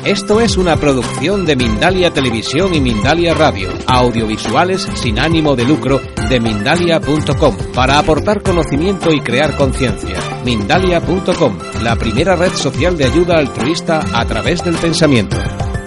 Esto es una producción de Mindalia Televisión y Mindalia Radio, audiovisuales sin ánimo de lucro de Mindalia.com, para aportar conocimiento y crear conciencia. Mindalia.com, la primera red social de ayuda altruista a través del pensamiento.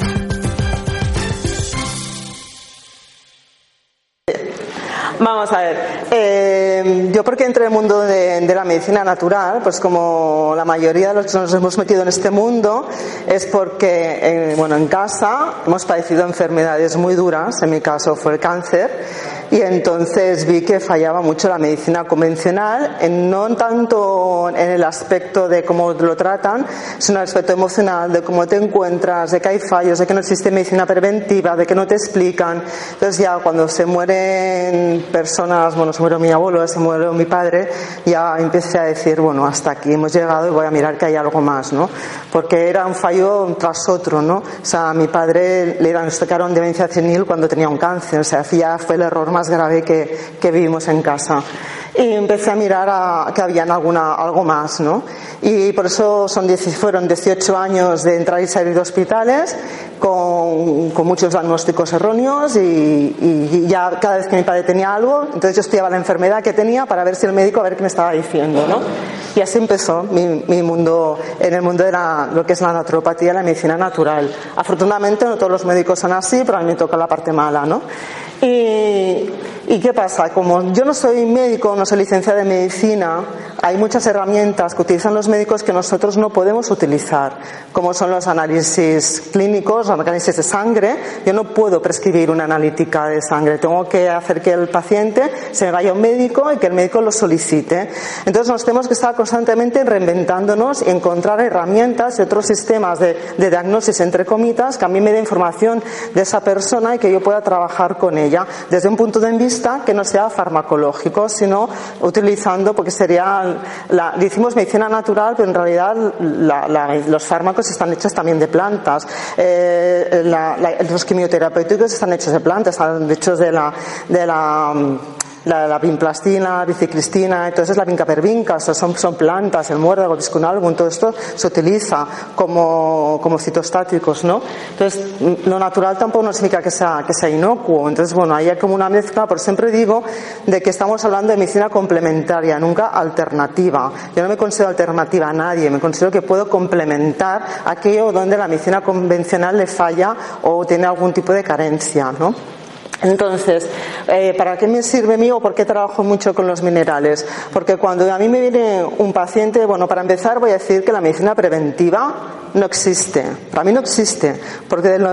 Vamos a ver, yo porque entré en el mundo de la medicina natural, pues como la mayoría de los que nos hemos metido en este mundo, es porque, en casa hemos padecido enfermedades muy duras. En mi caso fue el cáncer, y entonces vi que fallaba mucho la medicina convencional, no tanto en el aspecto de cómo lo tratan, sino en el aspecto emocional, de cómo te encuentras, de que hay fallos, de que no existe medicina preventiva, de que no te explican. Entonces ya cuando se mueren personas, se murió mi abuelo, se murió mi padre, ya empecé a decir, hasta aquí hemos llegado y voy a mirar que hay algo más, ¿no? Porque era un fallo tras otro, ¿no? O sea, a mi padre le diagnosticaron demencia senil cuando tenía un cáncer, o sea, ya fue el error más grave que vivimos en casa. Y empecé a mirar que había algo más, ¿no? Y por eso fueron 18 años de entrar y salir de hospitales con muchos diagnósticos erróneos, y ya cada vez que mi padre tenía algo, entonces yo estudiaba la enfermedad que tenía para ver si el médico, a ver qué me estaba diciendo, ¿no? Y así empezó mi mundo, en el mundo de lo que es la naturopatía y la medicina natural. Afortunadamente no todos los médicos son así, pero a mí me toca la parte mala, ¿no? ¿Y qué pasa? Como yo no soy médico, no soy licenciada en medicina, hay muchas herramientas que utilizan los médicos que nosotros no podemos utilizar, como son los análisis clínicos, los análisis de sangre. Yo no puedo prescribir una analítica de sangre, tengo que hacer que el paciente se vaya a un médico y que el médico lo solicite. Entonces nos tenemos que estar constantemente reinventándonos y encontrar herramientas y otros sistemas de diagnosis, entre comitas, que a mí me dé información de esa persona y que yo pueda trabajar con ella desde un punto de vista que no sea farmacológico, sino utilizando, porque decimos medicina natural, pero en realidad los fármacos están hechos también de plantas, los quimioterapéuticos están hechos de plantas, están hechos de la vinplastina, la biciclistina, entonces la vincapervinca, o sea, son plantas, el muérdago, el viscunalbum, todo esto se utiliza como citostáticos, ¿no? Entonces, lo natural tampoco no significa que sea inocuo. Entonces, ahí hay como una mezcla, por siempre digo de que estamos hablando de medicina complementaria, nunca alternativa. Yo no me considero alternativa a nadie, me considero que puedo complementar aquello donde la medicina convencional le falla o tiene algún tipo de carencia, ¿no? Entonces, ¿para qué me sirve a mí o por qué trabajo mucho con los minerales? Porque cuando a mí me viene un paciente, para empezar voy a decir que la medicina preventiva no existe. Para mí no existe, porque del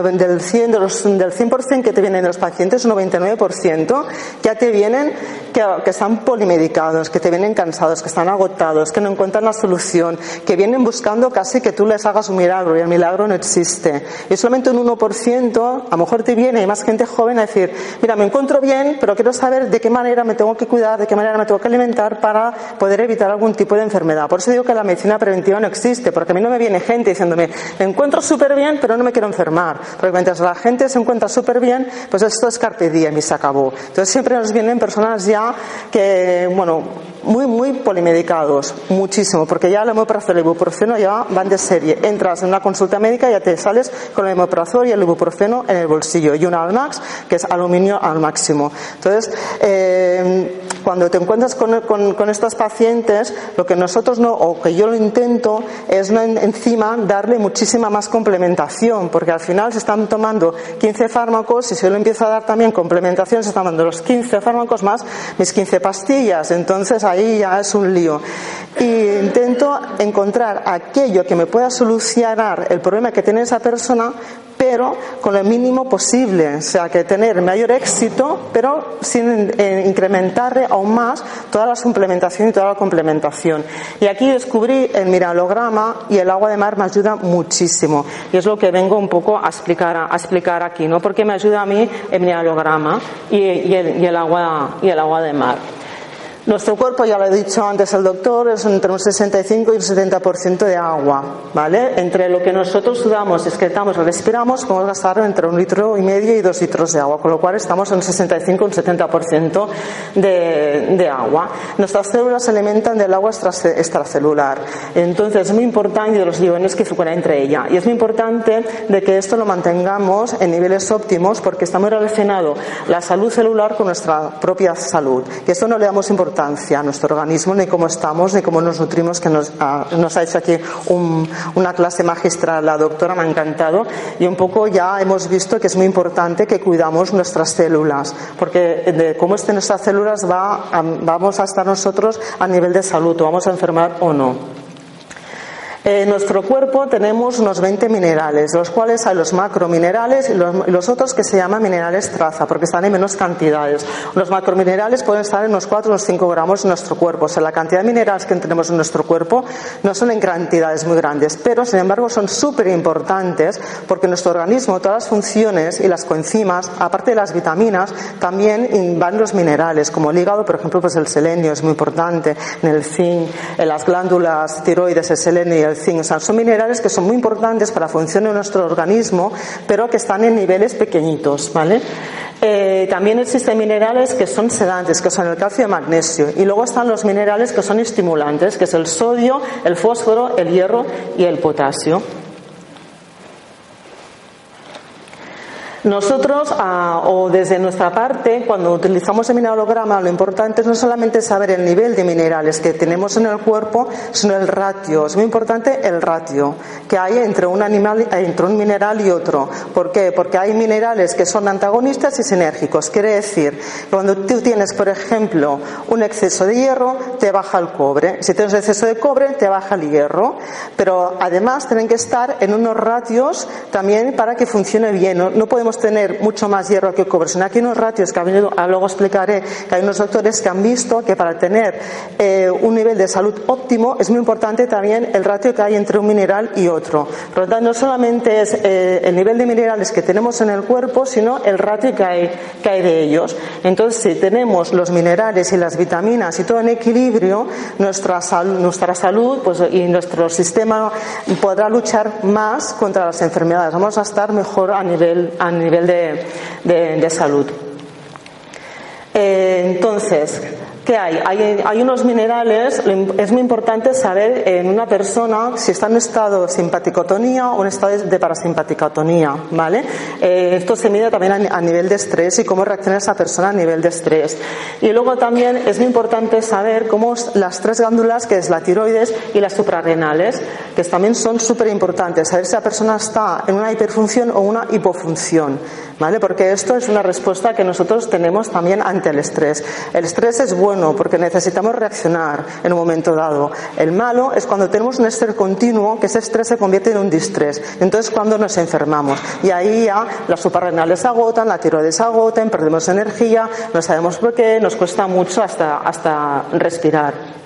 100% que te vienen los pacientes, un 99% ya te vienen que están polimedicados, que te vienen cansados, que están agotados, que no encuentran la solución, que vienen buscando casi que tú les hagas un milagro, y el milagro no existe. Y solamente un 1%, a lo mejor te viene, y más gente joven, a decir, mira, me encuentro bien, pero quiero saber de qué manera me tengo que cuidar, de qué manera me tengo que alimentar para poder evitar algún tipo de enfermedad. Por eso digo que la medicina preventiva no existe, porque a mí no me viene gente diciéndome, me encuentro súper bien, pero no me quiero enfermar. Porque mientras la gente se encuentra súper bien, pues esto es carpe diem y se acabó. Entonces siempre nos vienen personas ya que, muy, muy polimedicados, muchísimo, porque ya el omeprazol y el ibuprofeno ya van de serie. Entras en una consulta médica y ya te sales con el omeprazol y el ibuprofeno en el bolsillo, y un Almax, que es aluminio al máximo. Entonces, cuando te encuentras con estos pacientes, lo que nosotros o que yo lo intento, es encima darle muchísima más complementación, porque al final se están tomando 15 fármacos, y si yo le empiezo a dar también complementación, se están dando los 15 fármacos más mis 15 pastillas, entonces ahí ya es un lío. Y intento encontrar aquello que me pueda solucionar el problema que tiene esa persona, pero con lo mínimo posible, o sea, que tener mayor éxito, pero sin incrementarle aún más toda la suplementación y toda la complementación. Y aquí descubrí el mineralograma, y el agua de mar me ayuda muchísimo, y es lo que vengo un poco a explicar aquí, ¿no? Porque me ayuda a mí el mineralograma y el agua de mar. Nuestro cuerpo, ya lo ha dicho antes el doctor, es entre un 65 y un 70% de agua, ¿vale? Entre lo que nosotros sudamos, excretamos y respiramos, podemos gastar entre 1,5 litros y 2 litros de agua, con lo cual estamos en un 65 y un 70% de agua. Nuestras células se alimentan del agua extracelular, entonces es muy importante, de los iones que circulan entre ella, y es muy importante de que esto lo mantengamos en niveles óptimos, porque está muy relacionado la salud celular con nuestra propia salud, y esto no le damos importancia a nuestro organismo, ni cómo estamos, ni cómo nos nutrimos, que nos ha hecho aquí una clase magistral la doctora, me ha encantado, y un poco ya hemos visto que es muy importante que cuidamos nuestras células, porque de cómo estén nuestras células vamos a estar nosotros a nivel de salud, o vamos a enfermar o no. En nuestro cuerpo tenemos unos 20 minerales, los cuales hay los macrominerales y los otros que se llaman minerales traza, porque están en menos cantidades. Los macrominerales pueden estar en unos 4 o 5 gramos en nuestro cuerpo. O sea, la cantidad de minerales que tenemos en nuestro cuerpo no son en cantidades muy grandes, pero sin embargo son súper importantes, porque nuestro organismo, todas las funciones y las coenzimas, aparte de las vitaminas, también van los minerales, como el hígado, por ejemplo, pues el selenio es muy importante, en el zinc, en las glándulas tiroides, el selenio y el zinc. O sea, son minerales que son muy importantes para la función de nuestro organismo, pero que están en niveles pequeñitos, ¿vale? También existen minerales que son sedantes, que son el calcio y el magnesio, y luego están los minerales que son estimulantes, que es el sodio, el fósforo, el hierro y el potasio. Nosotros, o desde nuestra parte, cuando utilizamos el mineralograma, lo importante es no solamente saber el nivel de minerales que tenemos en el cuerpo, sino el ratio. Es muy importante el ratio que hay entre un mineral y otro. ¿Por qué? Porque hay minerales que son antagonistas y sinérgicos. Quiere decir que cuando tú tienes, por ejemplo, un exceso de hierro, te baja el cobre. Si tienes exceso de cobre, te baja el hierro. Pero además tienen que estar en unos ratios también para que funcione bien. No podemos tener mucho más hierro que cobre, sino aquí hay unos ratios que luego explicaré, que hay unos doctores que han visto que para tener un nivel de salud óptimo es muy importante también el ratio que hay entre un mineral y otro. Por lo tanto, no solamente es el nivel de minerales que tenemos en el cuerpo, sino el ratio que hay de ellos. Entonces, si tenemos los minerales y las vitaminas y todo en equilibrio, nuestra salud pues, y nuestro sistema podrá luchar más contra las enfermedades. Vamos a estar mejor a nivel de salud. Entonces, ¿qué hay? Hay unos minerales, es muy importante saber en una persona si está en un estado de simpaticotonía o en un estado de parasimpaticotonía, ¿vale? Esto se mide también a nivel de estrés y cómo reacciona esa persona a nivel de estrés. Y luego también es muy importante saber cómo las 3 glándulas, que es la tiroides y las suprarrenales, que también son súper importantes, saber si la persona está en una hiperfunción o una hipofunción, ¿vale? Porque esto es una respuesta que nosotros tenemos también ante el estrés. El estrés es bueno porque necesitamos reaccionar en un momento dado. El malo es cuando tenemos un estrés continuo, que ese estrés se convierte en un distrés. Entonces, cuando nos enfermamos. Y ahí ya las suprarrenales se agotan, la tiroides se agotan, perdemos energía, no sabemos por qué, nos cuesta mucho hasta respirar.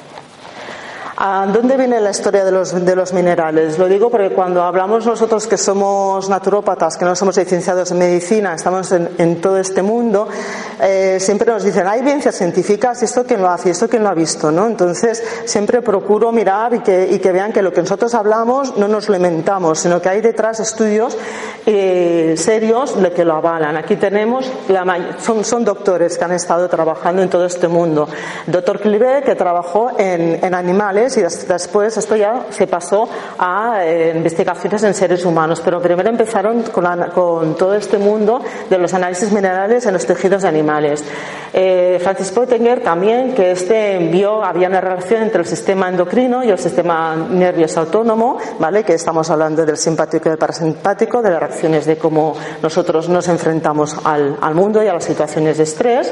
¿Dónde viene la historia de los minerales? Lo digo porque cuando hablamos nosotros que somos naturópatas, que no somos licenciados en medicina, estamos en todo este mundo, siempre nos dicen, hay evidencias científicas, ¿y esto quién lo hace? ¿Y esto quién lo ha visto? ¿No? Entonces, siempre procuro mirar y que vean que lo que nosotros hablamos no nos lo inventamos, sino que hay detrás estudios serios de que lo avalan. Aquí tenemos, son doctores que han estado trabajando en todo este mundo. Doctor Clivet, que trabajó en animales, y después esto ya se pasó a investigaciones en seres humanos, pero primero empezaron con todo este mundo de los análisis minerales en los tejidos de animales. Francis Pottinger también, que había una relación entre el sistema endocrino y el sistema nervioso autónomo, ¿vale? Que estamos hablando del simpático y del parasimpático, de las reacciones de cómo nosotros nos enfrentamos al mundo y a las situaciones de estrés.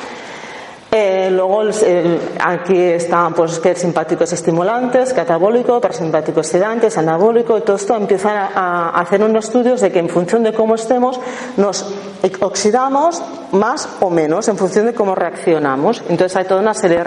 Luego aquí está pues que el simpático es estimulante, es catabólico, parasimpático es sedante, es anabólico, y todo esto empiezan a hacer unos estudios de que en función de cómo estemos nos oxidamos más o menos en función de cómo reaccionamos. Entonces hay toda una serie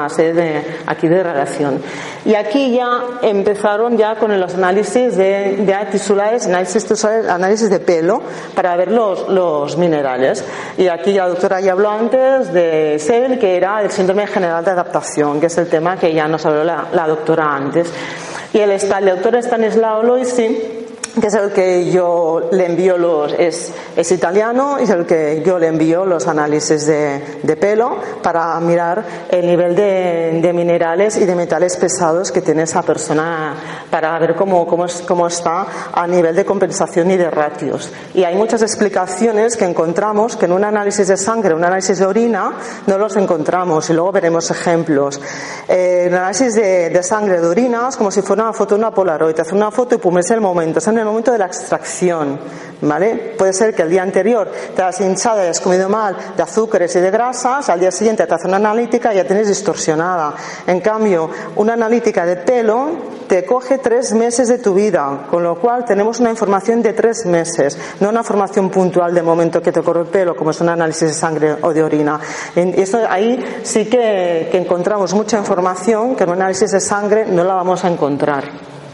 de relación. Y aquí ya empezaron ya con los análisis de tisulares, análisis de pelo para ver los minerales. Y aquí la doctora ya habló antes de células, nivel, que era el síndrome general de adaptación, que es el tema que ya nos habló la doctora antes. Y el doctor Stanislao Loisi, que es el que yo le envío es italiano, y es el que yo le envío los análisis de pelo para mirar el nivel de minerales y de metales pesados que tiene esa persona, para ver cómo está a nivel de compensación y de ratios. Y hay muchas explicaciones que encontramos que en un análisis de sangre, un análisis de orina, no los encontramos, y luego veremos ejemplos. El análisis de sangre, de orina, es como si fuera una foto de una Polaroid. Te hace una foto y pum, es el momento, es en el momento de la extracción, ¿vale? Puede ser que el día anterior te has hinchado y has comido mal de azúcares y de grasas, al día siguiente te hace una analítica y ya tienes distorsionada. En cambio, una analítica de pelo te coge 3 meses de tu vida, con lo cual tenemos una información de 3 meses, no una información puntual de momento que te corre el pelo, como es un análisis de sangre o de orina. Y eso, ahí sí que encontramos mucha información que en un análisis de sangre no la vamos a encontrar.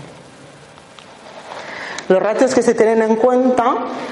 Los ratios que se tienen en cuenta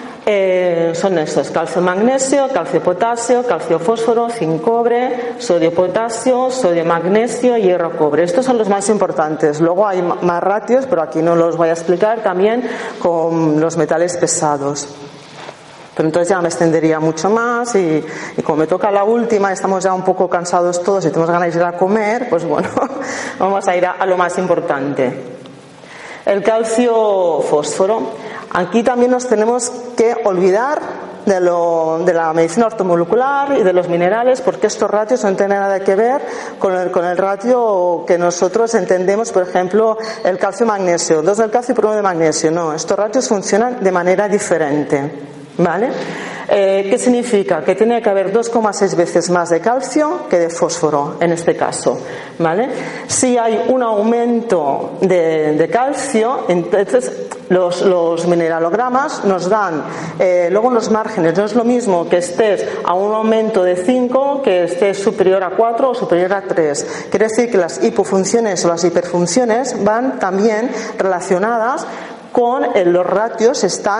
son estos: calcio-magnesio, calcio-potasio, calcio-fósforo, zinc-cobre, sodio-potasio, sodio-magnesio, hierro-cobre. Estos son los más importantes. Luego hay más ratios, pero aquí no los voy a explicar, también con los metales pesados. Pero entonces ya me extendería mucho más, y como me toca la última, estamos ya un poco cansados todos y tenemos ganas de ir a comer, pues bueno, vamos a ir a lo más importante. El calcio-fósforo. Aquí también nos tenemos que olvidar de la medicina ortomolecular y de los minerales, porque estos ratios no tienen nada que ver con el ratio que nosotros entendemos, por ejemplo, el calcio-magnesio. 2 del calcio por 1 de magnesio. No, estos ratios funcionan de manera diferente, ¿vale? ¿Qué significa? Que tiene que haber 2,6 veces más de calcio que de fósforo, en este caso, ¿vale? Si hay un aumento de calcio, entonces los mineralogramas nos dan luego en los márgenes. No es lo mismo que estés a un aumento de 5 que estés superior a 4 o superior a 3. Quiere decir que las hipofunciones o las hiperfunciones van también relacionadas con los ratios,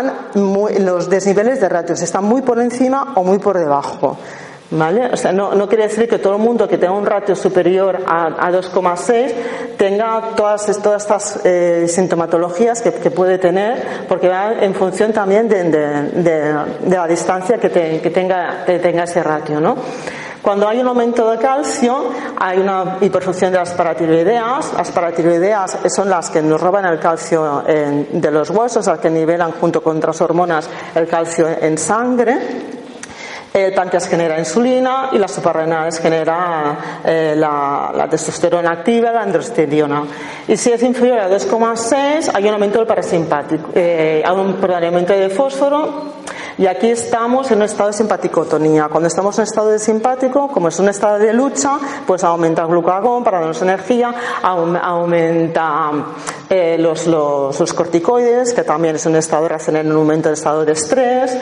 los desniveles de ratios están muy por encima o muy por debajo, ¿vale? O sea, no quiere decir que todo el mundo que tenga un ratio superior a 2,6 tenga todas estas sintomatologías que puede tener, porque va en función también de la distancia que tenga ese ratio, ¿no? Cuando hay un aumento de calcio, hay una hiperfunción de las paratiroideas. Las paratiroideas son las que nos roban el calcio de los huesos, las que nivelan junto con otras hormonas el calcio en sangre. El páncreas genera insulina y las suprarrenales genera la testosterona activa, la androstenediona. Y si es inferior a 2,6, hay un aumento del parasimpático, hay un aumento de fósforo. Y aquí estamos en un estado de simpaticotonía. Cuando estamos en estado de simpático, como es un estado de lucha, pues aumenta el glucagón para darnos energía, aumenta los corticoides, que también es un estado reaccionario en un momento de estado de estrés,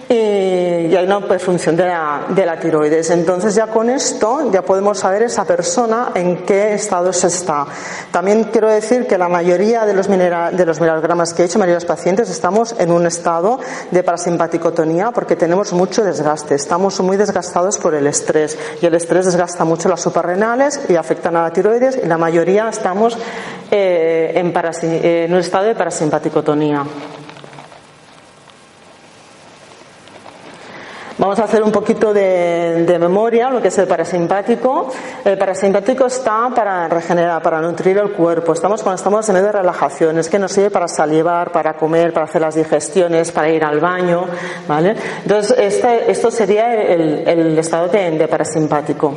y hay una perfunción de la tiroides. Entonces ya con esto ya podemos saber esa persona en qué estado se está. También quiero decir que la mayoría de los mineralogramas que he hecho, la mayoría de los pacientes, estamos en un estado de parasimpaticotonía porque tenemos mucho desgaste, estamos muy desgastados por el estrés, y el estrés desgasta mucho las suprarrenales y afectan a la tiroides, y la mayoría estamos en un estado de parasimpaticotonía. Vamos a hacer un poquito de memoria, lo que es el parasimpático. El parasimpático está para regenerar, para nutrir el cuerpo. Cuando estamos en medio de relajación, es que nos sirve para salivar, para comer, para hacer las digestiones, para ir al baño, ¿vale? Entonces, esto sería el estado de parasimpático.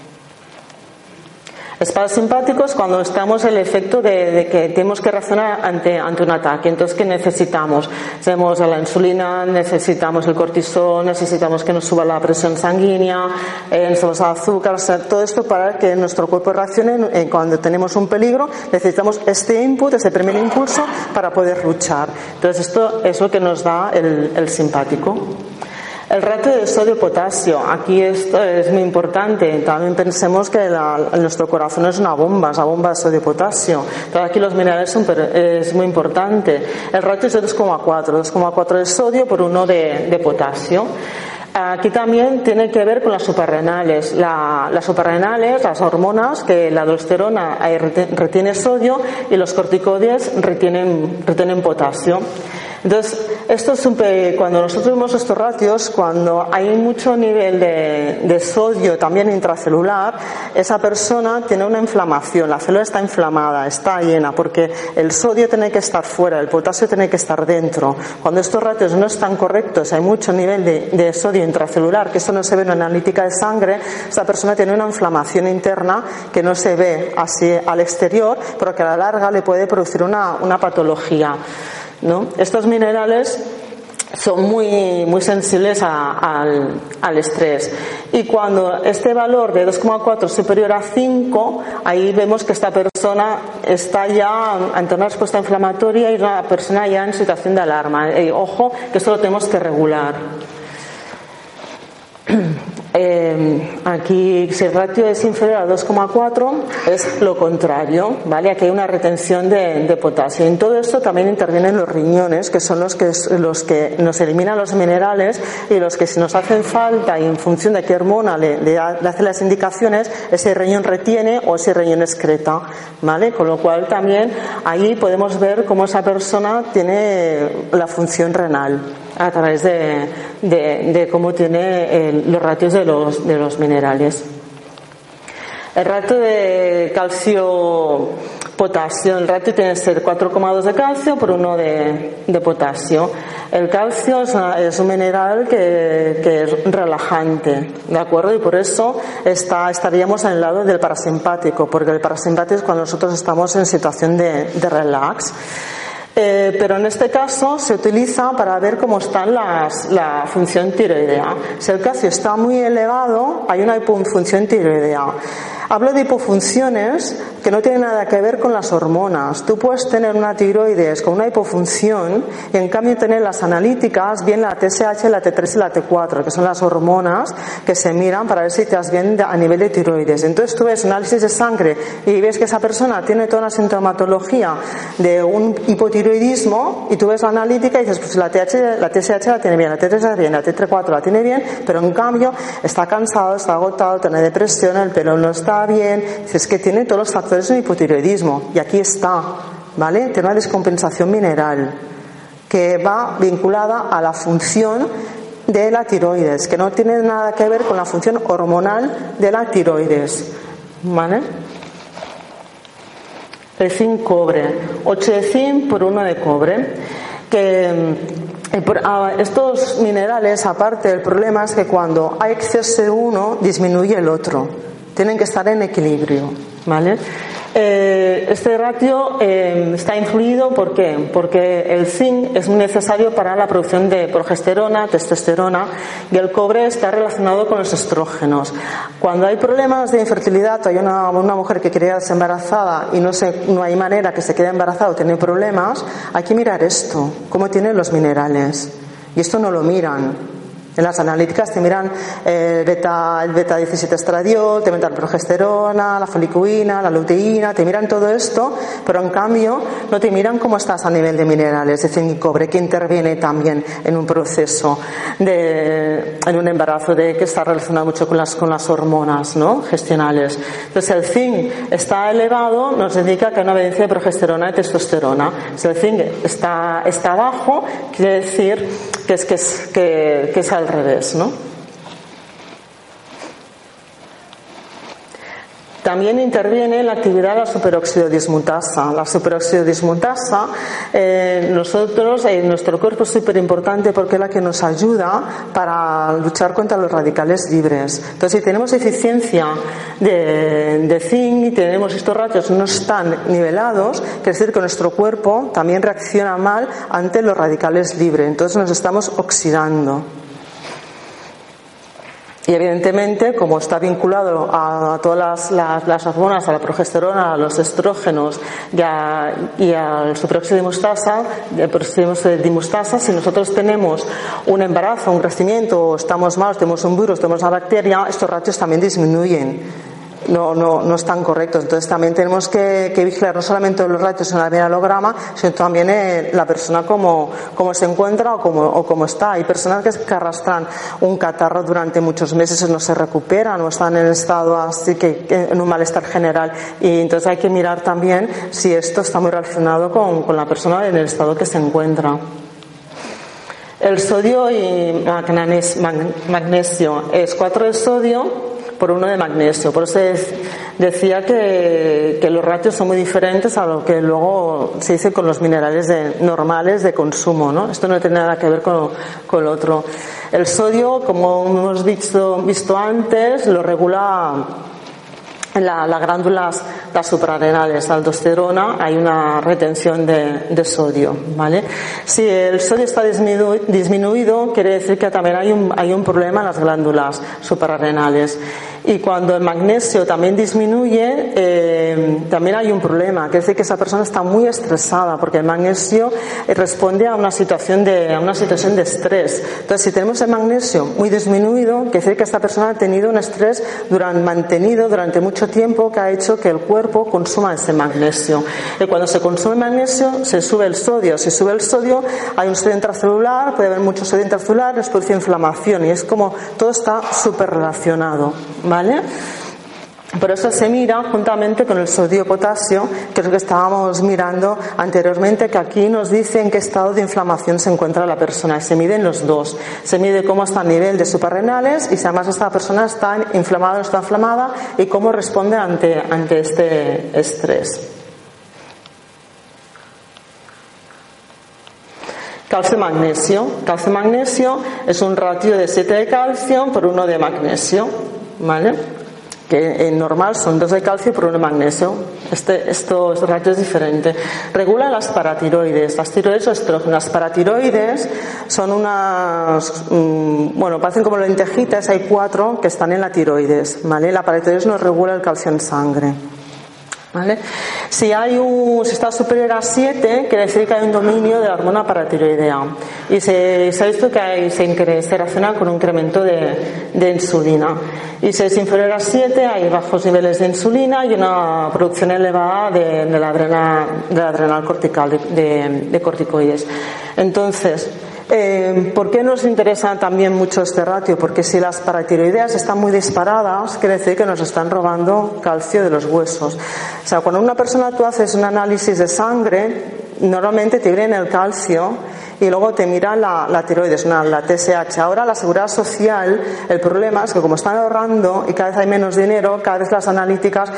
Es parasimpático es cuando estamos en el efecto de que tenemos que reaccionar ante un ataque. Entonces, ¿qué necesitamos? Tenemos la insulina, necesitamos el cortisol, necesitamos que nos suba la presión sanguínea, necesitamos azúcar, o sea, todo esto para que nuestro cuerpo reaccione. Cuando tenemos un peligro, necesitamos este input, ese primer impulso para poder luchar. Entonces, esto es lo que nos da el simpático. El ratio de sodio-potasio, aquí esto es muy importante. También pensemos que nuestro corazón es una bomba de sodio-potasio. Pero aquí los minerales es muy importante. El ratio es de 2,4 de sodio por 1 de potasio. Aquí también tiene que ver con las suprarrenales. Las suprarrenales, las hormonas, que la aldosterona retiene sodio y los corticoides retienen potasio. Entonces, esto es cuando nosotros vemos estos ratios, cuando hay mucho nivel de sodio también intracelular, esa persona tiene una inflamación, la célula está inflamada, está llena, porque el sodio tiene que estar fuera, el potasio tiene que estar dentro. Cuando estos ratios no están correctos, hay mucho nivel de sodio intracelular, que esto no se ve en la analítica de sangre, esa persona tiene una inflamación interna que no se ve así al exterior, pero que a la larga le puede producir una patología, ¿no? Estos minerales son muy sensibles al estrés, y cuando este valor de 2,4 es superior a 5, ahí vemos que esta persona está ya ante una respuesta inflamatoria y una persona ya en situación de alarma. Ojo, que esto lo tenemos que regular. Aquí, si el ratio es inferior a 2,4, es lo contrario, ¿vale? Aquí hay una retención de potasio. En todo esto también intervienen los riñones, que son los que nos eliminan los minerales, y los que, si nos hacen falta y en función de qué hormona le hace las indicaciones, ese riñón retiene o ese riñón excreta, ¿vale? Con lo cual también ahí podemos ver cómo esa persona tiene la función renal a través de cómo tiene los ratios de los minerales. El ratio de calcio-potasio, el ratio tiene que ser 4,2 de calcio por 1 de potasio. El calcio es un mineral que es relajante, ¿de acuerdo? Y por eso estaríamos en el lado del parasimpático, porque el parasimpático es cuando nosotros estamos en situación de relax. Pero en este caso se utiliza para ver cómo está la función tiroidea. Si el calcio está muy elevado, hay una hipofunción tiroidea. Hablo de hipofunciones que no tienen nada que ver con las hormonas. Tú puedes tener una tiroides con una hipofunción y en cambio tener las analíticas, bien la TSH, la T3 y la T4, que son las hormonas que se miran para ver si estás bien a nivel de tiroides. Entonces tú ves un análisis de sangre y ves que esa persona tiene toda una sintomatología de un hipotiroidismo, y tú ves la analítica y dices, pues la TSH la tiene bien, la T3 la tiene bien, la T4 la tiene bien, pero en cambio está cansado, está agotado, tiene depresión, el pelo no está bien. Es que tiene todos los factores de un hipotiroidismo, y aquí está, ¿vale? Tiene una descompensación mineral que va vinculada a la función de la tiroides, que no tiene nada que ver con la función hormonal de la tiroides, ¿vale? El zinc cobre, 8 de zinc por 1 de cobre, que estos minerales, aparte, el problema es que cuando hay exceso de uno disminuye el otro, tienen que estar en equilibrio, ¿vale? Este ratio está influido, ¿por qué? Porque el zinc es muy necesario para la producción de progesterona, testosterona, y el cobre está relacionado con los estrógenos. Cuando hay problemas de infertilidad, hay una mujer que quiere quedarse embarazada y no hay manera que se quede embarazada o tiene problemas, hay que mirar esto, cómo tienen los minerales, y esto no lo miran. En las analíticas te miran el beta 17 estradiol, te miran progesterona, la folicuina, la luteína, te miran todo esto, pero en cambio no te miran cómo estás a nivel de minerales, de zinc y cobre, que interviene también en un proceso en un embarazo que está relacionado mucho con las hormonas, ¿no?, gestionales. Entonces, el zinc está elevado, nos indica que hay una evidencia de progesterona y testosterona. Si el zinc está bajo, quiere decir que es al revés, ¿no? También interviene la actividad de la superóxido dismutasa. La superóxido dismutasa, nuestro cuerpo es súper importante porque es la que nos ayuda para luchar contra los radicales libres. Entonces, si tenemos deficiencia de zinc y tenemos estos ratios no están nivelados, quiere decir que nuestro cuerpo también reacciona mal ante los radicales libres. Entonces nos estamos oxidando. Y evidentemente, como está vinculado a todas las hormonas, a la progesterona, a los estrógenos y al superóxido de dimustasa, si nosotros tenemos un embarazo, un crecimiento, o estamos mal, tenemos un virus, tenemos una bacteria, estos ratios también disminuyen. no están correctos. Entonces también tenemos que vigilar no solamente los ratios en el mineralograma, sino también la persona cómo se encuentra o cómo está. Hay personas que arrastran un catarro durante muchos meses y no se recuperan o están en estado así que en un malestar general, y entonces hay que mirar también si esto está muy relacionado con la persona en el estado que se encuentra. El sodio y magnesio es 4 de sodio por 1 de magnesio. Por eso decía que los ratios son muy diferentes a lo que luego se dice con los minerales normales de consumo, ¿no? Esto no tiene nada que ver con lo otro. El sodio, como hemos visto antes, lo regula en las glándulas, las suprarrenales, la aldosterona, hay una retención de sodio, ¿vale? Si el sodio está disminuido, quiere decir que también hay un problema en las glándulas suprarrenales. Y cuando el magnesio también disminuye, también hay un problema, quiere decir que esa persona está muy estresada, porque el magnesio responde a una situación de estrés. Entonces, si tenemos el magnesio muy disminuido, quiere decir que esta persona ha tenido un estrés mantenido durante mucho tiempo, que ha hecho que el cuerpo consuma ese magnesio. Y cuando se consume magnesio, se sube el sodio. Si sube el sodio, hay un sodio intracelular, puede haber mucho sodio intracelular, es produce inflamación, y es como todo está súper relacionado, ¿vale? Por eso se mira juntamente con el sodio-potasio, que es lo que estábamos mirando anteriormente, que aquí nos dice en qué estado de inflamación se encuentra la persona, y se miden los dos. Se mide cómo está a nivel de suprarrenales y si además esta persona está inflamada o no está inflamada, y cómo responde ante este estrés. Calcio-magnesio. Calcio-magnesio es un ratio de 7 de calcio por 1 de magnesio, ¿vale? Que en normal son 2 de calcio por 1 de magnesio. Estos ratios es diferente. Regula las paratiroides. Las tiroides o estrógenos. Las paratiroides son unas, parecen como lentejitas. Hay 4 que están en la tiroides, ¿vale? La paratiroides nos regula el calcio en sangre, ¿vale? Si está superior a 7, quiere decir que hay un dominio de la hormona paratiroidea, y se ha visto que se relaciona con un incremento de insulina. Y si es inferior a 7, hay bajos niveles de insulina y una producción elevada de la adrenal cortical, de corticoides. Entonces, ¿por qué nos interesa también mucho este ratio? Porque si las paratiroideas están muy disparadas, quiere decir que nos están robando calcio de los huesos. O sea, cuando una persona tú haces un análisis de sangre, normalmente te viene el calcio y luego te mira la tiroides, la TSH. Ahora la Seguridad Social, el problema es que como están ahorrando y cada vez hay menos dinero, cada vez las analíticas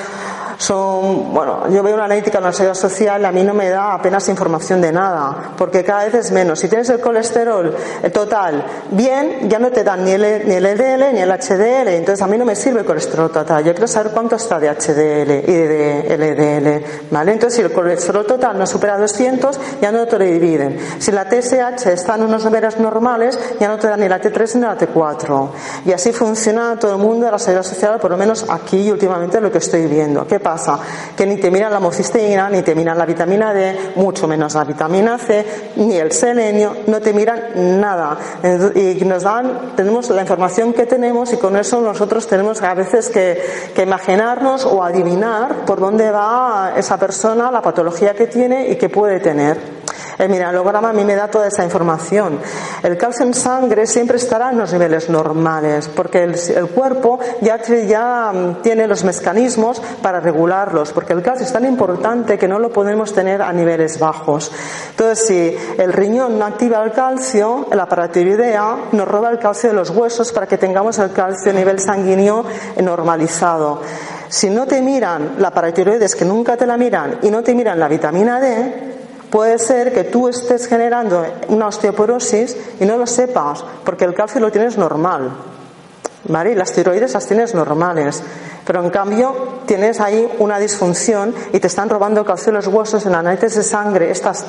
son, yo veo una analítica en la Seguridad Social, a mí no me da apenas información de nada, porque cada vez es menos. Si tienes el colesterol total bien, ya no te dan ni el LDL ni el HDL, entonces a mí no me sirve el colesterol total. Yo quiero saber cuánto está de HDL y de LDL, ¿vale? Entonces, si el colesterol total no supera 200, ya no te lo dividen. Si la TSH está en unos niveles normales, ya no te dan ni la T3 ni la T4. Y así funciona todo el mundo de la Seguridad Social, por lo menos aquí últimamente lo que estoy viendo. ¿Qué pasa? Que ni te miran la homocisteína, ni te miran la vitamina D, mucho menos la vitamina C, ni el selenio, no te miran nada. Y tenemos la información que tenemos, y con eso nosotros tenemos a veces que imaginarnos o adivinar por dónde va esa persona, la patología que tiene y que puede tener. El mineralograma a mí me da toda esa información. El calcio en sangre siempre estará en los niveles normales, porque el cuerpo ya tiene los mecanismos para regularlos, porque el calcio es tan importante que no lo podemos tener a niveles bajos. Entonces, si el riñón no activa el calcio, la paratiroidea nos roba el calcio de los huesos para que tengamos el calcio a nivel sanguíneo normalizado. Si no te miran la paratiroides, que nunca te la miran, y no te miran la vitamina D, puede ser que tú estés generando una osteoporosis y no lo sepas, porque el calcio lo tienes normal, ¿vale? Y las tiroides las tienes normales, pero en cambio tienes ahí una disfunción y te están robando calcio de los huesos. En análisis de sangre, estas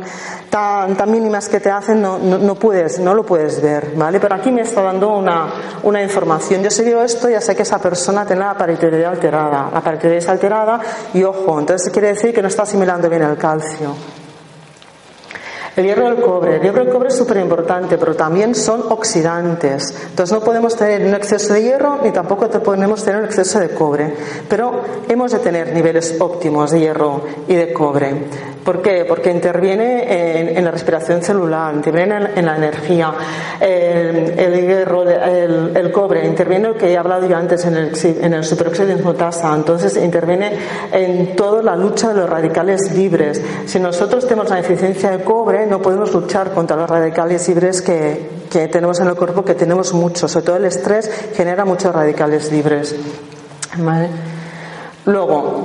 tan mínimas que te hacen, no lo puedes ver, ¿vale? Pero aquí me está dando una información. Yo si veo esto, ya sé que esa persona tiene la paratiroidea alterada. La paratiroidea alterada, y ojo, entonces quiere decir que no está asimilando bien el calcio. El hierro y el cobre. El hierro y el cobre es súper importante, pero también son oxidantes. Entonces no podemos tener un exceso de hierro ni tampoco podemos tener un exceso de cobre. Pero hemos de tener niveles óptimos de hierro y de cobre. ¿Por qué? Porque interviene en la respiración celular, interviene en la energía. El hierro, el cobre, interviene lo que he hablado yo antes en el superóxido de dismutasa. Entonces interviene en toda la lucha de los radicales libres. Si nosotros tenemos una deficiencia de cobre, no podemos luchar contra los radicales libres que tenemos en el cuerpo, que tenemos muchos. Sobre todo el estrés genera muchos radicales libres. ¿Vale? Luego,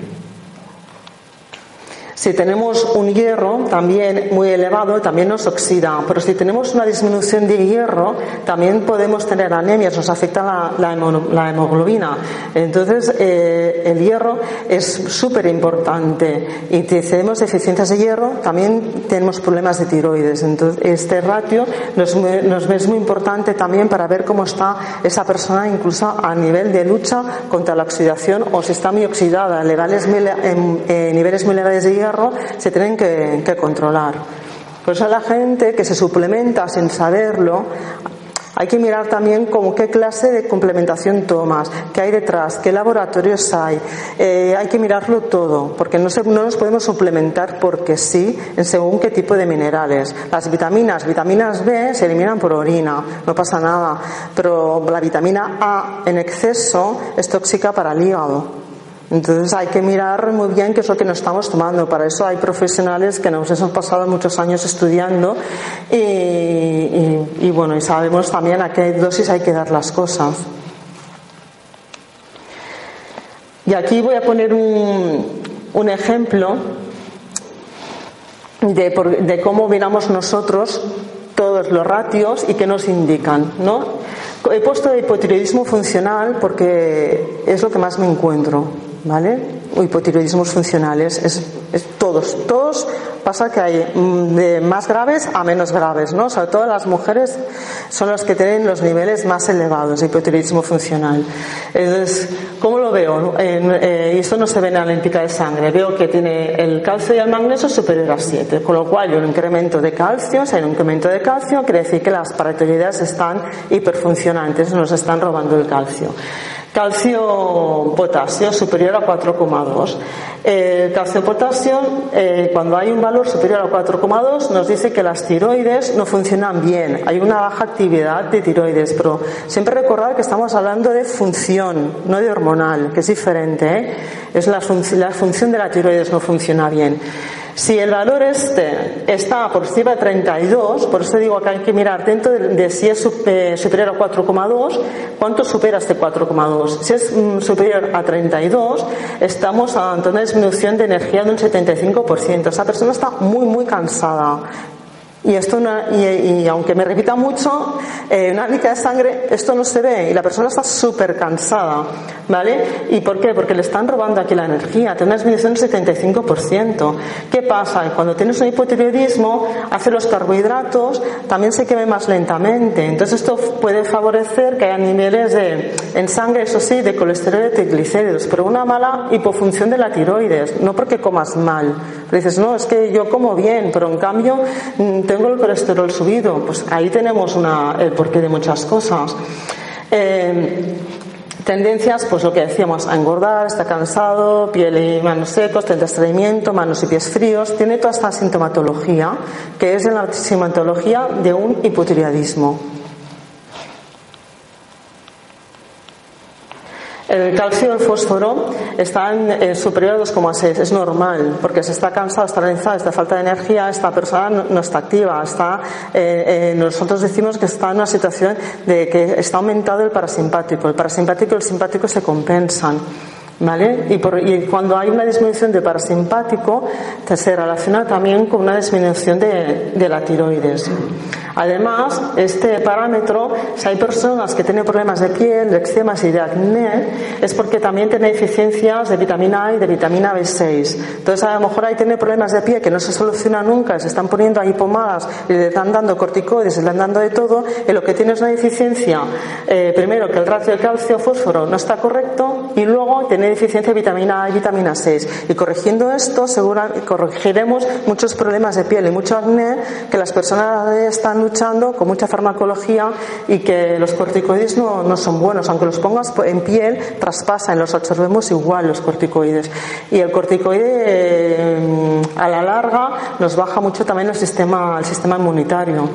si tenemos un hierro también muy elevado, también nos oxida. Pero si tenemos una disminución de hierro, también podemos tener anemias, nos afecta la hemoglobina. Entonces, el hierro es súper importante. Y si tenemos deficiencias de hierro, también tenemos problemas de tiroides. Entonces, este ratio nos es muy importante también para ver cómo está esa persona, incluso a nivel de lucha contra la oxidación, o si está muy oxidada, niveles muy elevados de hierro se tienen que controlar. Por eso la gente que se suplementa sin saberlo, hay que mirar también como qué clase de complementación tomas, qué hay detrás, qué laboratorios hay. Hay que mirarlo todo, porque no nos podemos suplementar porque sí en según qué tipo de minerales. Las vitaminas B se eliminan por orina, no pasa nada, pero la vitamina A en exceso es tóxica para el hígado. Entonces hay que mirar muy bien qué es lo que nos estamos tomando. Para eso hay profesionales que nos hemos pasado muchos años estudiando y bueno, y sabemos también a qué dosis hay que dar las cosas. Y aquí voy a poner un ejemplo de cómo miramos nosotros todos los ratios y qué nos indican, ¿no? He puesto hipotiroidismo funcional porque es lo que más me encuentro, ¿vale? Hipotiroidismos funcionales, es todos pasa que hay de más graves a menos graves, ¿no? Sobre todo las mujeres son las que tienen los niveles más elevados de hipotiroidismo funcional. Entonces, ¿cómo lo veo? Y esto no se ve en la analítica de sangre. Veo que tiene el calcio y el magnesio superior a 7, con lo cual hay un incremento de calcio. Si hay un incremento de calcio, quiere decir que las paratiroideas están hiperfuncionantes, nos están robando el calcio. Calcio-potasio superior a 4,2. Calcio-potasio, cuando hay un valor superior a 4,2, nos dice que las tiroides no funcionan bien. Hay una baja actividad de tiroides, pero siempre recordar que estamos hablando de función, no de hormonal, que es diferente, ¿eh? Es la función de la tiroides no funciona bien. Si el valor está por encima de 32, por eso digo que hay que mirar dentro de si es superior a 4,2, ¿cuánto supera este 4,2? Si es superior a 32, estamos ante una disminución de energía de un 75%. Esa persona está muy, muy cansada. Y esto y aunque me repita mucho, una analítica de sangre esto no se ve y la persona está súper cansada, ¿vale? ¿Y por qué? Porque le están robando aquí la energía, tiene una disminución del 75%. ¿Qué pasa? Cuando tienes un hipotiroidismo, hace los carbohidratos también se quemen más lentamente. Entonces esto puede favorecer que haya niveles en sangre, eso sí, de colesterol y de triglicéridos, pero una mala hipofunción de la tiroides, no porque comas mal. Pero dices, no, es que yo como bien, pero en cambio tengo el colesterol subido. Pues ahí tenemos el porqué de muchas cosas. Tendencias, pues lo que decíamos, a engordar, está cansado, piel y manos secos, estreñimiento, manos y pies fríos. Tiene toda esta sintomatología que es la sintomatología de un hipotiroidismo. El calcio y el fósforo están superior a 2,6. Es normal, porque se está cansado, está cansado, está falta de energía, esta persona no está activa, nosotros decimos que está en una situación de que está aumentado el parasimpático. El parasimpático y el simpático se compensan, ¿vale? Y cuando hay una disminución de parasimpático, se relaciona también con una disminución de la tiroides. Además, este parámetro, si hay personas que tienen problemas de piel, de eczemas y de acné, es porque también tienen deficiencias de vitamina A y de vitamina B6. Entonces, a lo mejor ahí tiene problemas de piel que no se solucionan nunca, se están poniendo ahí pomadas y le están dando corticoides, le están dando de todo, y lo que tiene es una deficiencia, primero que el ratio de calcio-fósforo no está correcto, y luego tiene hay deficiencia de vitamina A y vitamina 6. Y corrigiendo esto, corregiremos muchos problemas de piel y mucho acné que las personas están luchando con mucha farmacología y que los corticoides no son buenos. Aunque los pongas en piel, traspasan, los absorbemos igual los corticoides. Y el corticoide a la larga nos baja mucho también el sistema inmunitario.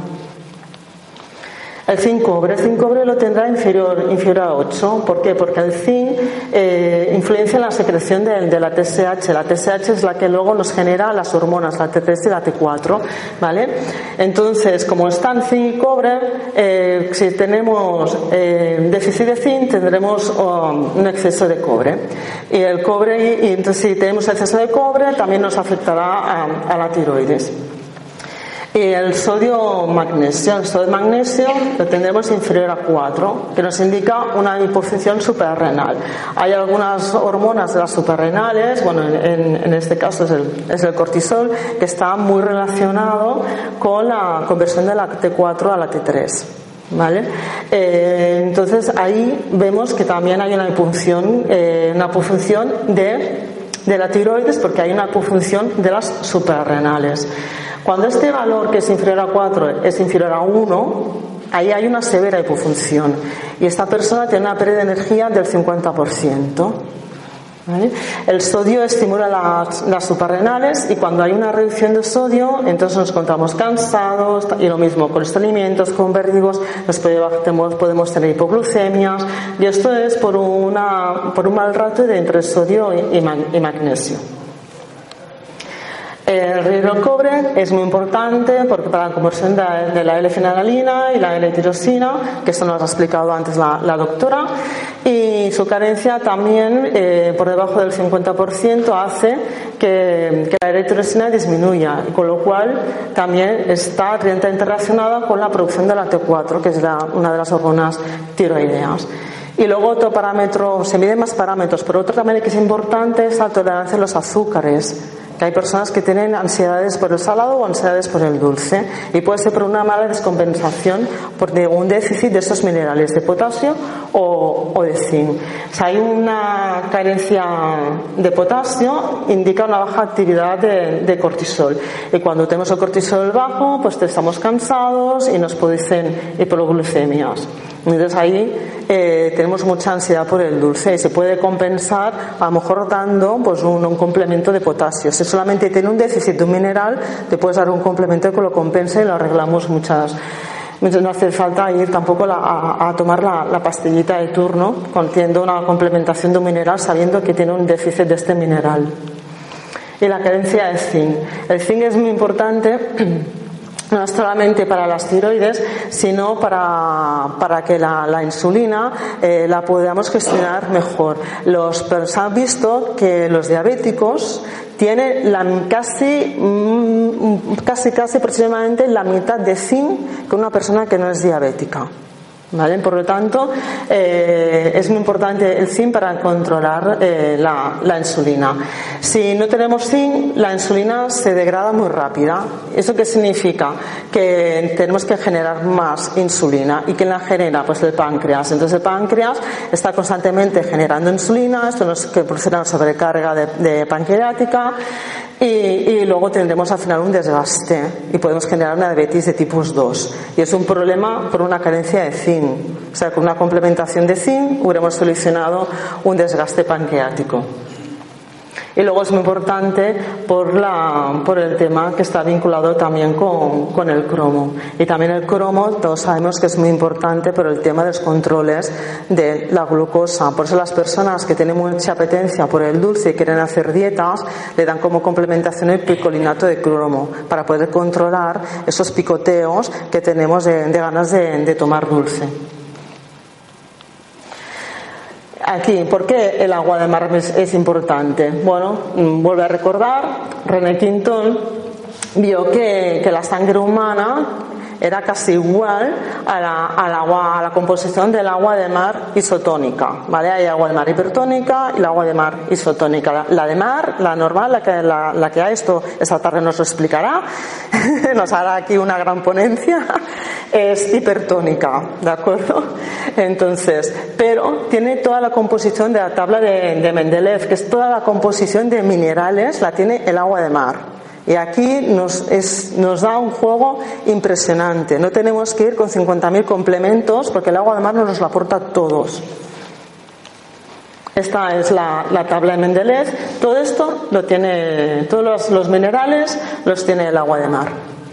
El zinc cobre lo tendrá inferior a 8. ¿Por qué? Porque el zinc influencia en la secreción de la TSH. La TSH es la que luego nos genera las hormonas, la T3 y la T4, ¿vale? Entonces, como está en zinc y cobre, si tenemos déficit de zinc, tendremos un exceso de cobre. Y el cobre, y entonces si tenemos exceso de cobre, también nos afectará a la tiroides. Y el sodio magnesio lo tendremos inferior a 4, que nos indica una hipofunción suprarrenal. Hay algunas hormonas de las suprarrenales, bueno, en este caso es el cortisol, que está muy relacionado con la conversión de la T4 a la T3. ¿Vale? Entonces ahí vemos que también hay una hipofunción de la tiroides, porque hay una hipofunción de las suprarrenales. Cuando este valor, que es inferior a 4, es inferior a 1, ahí hay una severa hipofunción y esta persona tiene una pérdida de energía del 50%. ¿Vale? El sodio estimula las suprarrenales y cuando hay una reducción de sodio, entonces nos encontramos cansados y lo mismo con estreñimientos, con vértigos, podemos tener hipoglucemias, y esto es por un mal ratio entre sodio y magnesio. El riego del cobre es muy importante porque para la conversión de la L-fenadalina y la L-tirosina, que esto nos ha explicado antes la doctora, y su carencia también por debajo del 50% hace que la L-tirosina disminuya, con lo cual también está directamente relacionada con la producción de la T4, que es una de las hormonas tiroideas. Y luego otro parámetro, se miden más parámetros, pero otro también que es importante es la tolerancia a los azúcares. Que hay personas que tienen ansiedades por el salado o ansiedades por el dulce, y puede ser por una mala descompensación por un déficit de estos minerales, de potasio o de zinc. O sea, hay una carencia de potasio, indica una baja actividad de cortisol, y cuando tenemos el cortisol bajo, pues estamos cansados y nos producen hipoglucemias. Entonces ahí tenemos mucha ansiedad por el dulce y se puede compensar a lo mejor dando pues un complemento de potasio. Si solamente tiene un déficit de un mineral, te puedes dar un complemento que lo compense y lo arreglamos muchas. No hace falta ir tampoco a tomar la pastillita de turno, contiendo una complementación de un mineral sabiendo que tiene un déficit de este mineral. Y la carencia de zinc. El zinc es muy importante no solamente para las tiroides, sino para que la insulina la podamos gestionar mejor. Se ha visto que los diabéticos tienen casi aproximadamente la mitad de zinc que una persona que no es diabética. ¿Vale? Por lo tanto, es muy importante el zinc para controlar la insulina. Si no tenemos zinc, la insulina se degrada muy rápida. ¿Eso qué significa? Que tenemos que generar más insulina. ¿Y quién la genera? Pues el páncreas. Entonces el páncreas está constantemente generando insulina, esto nos producirá una sobrecarga de pancreática y luego tendremos al final un desgaste y podemos generar una diabetes de tipo 2. Y es un problema por una carencia de zinc. O sea, con una complementación de zinc hubiéramos solucionado un desgaste pancreático. Y luego es muy importante por el tema que está vinculado también con el cromo. Y también el cromo, todos sabemos que es muy importante por el tema de los controles de la glucosa. Por eso las personas que tienen mucha apetencia por el dulce y quieren hacer dietas, le dan como complementación el picolinato de cromo para poder controlar esos picoteos que tenemos de ganas de tomar dulce. Aquí, ¿por qué el agua de mar es importante? Bueno, vuelvo a recordar, René Quintón vio que la sangre humana era casi igual al agua, a la composición del agua de mar isotónica, ¿vale? Hay agua de mar hipertónica y el agua de mar isotónica. La de mar, la normal, la que hay, esto esta tarde nos lo explicará, nos hará aquí una gran ponencia, es hipertónica, ¿de acuerdo? Entonces, pero tiene toda la composición de la tabla de Mendeleev, que es toda la composición de minerales, la tiene el agua de mar. Y aquí nos da un juego impresionante. No tenemos que ir con 50.000 complementos porque el agua de mar nos lo aporta todos. Esta es la tabla de Mendeleev. Todo esto lo tiene, todos los minerales los tiene el agua de mar.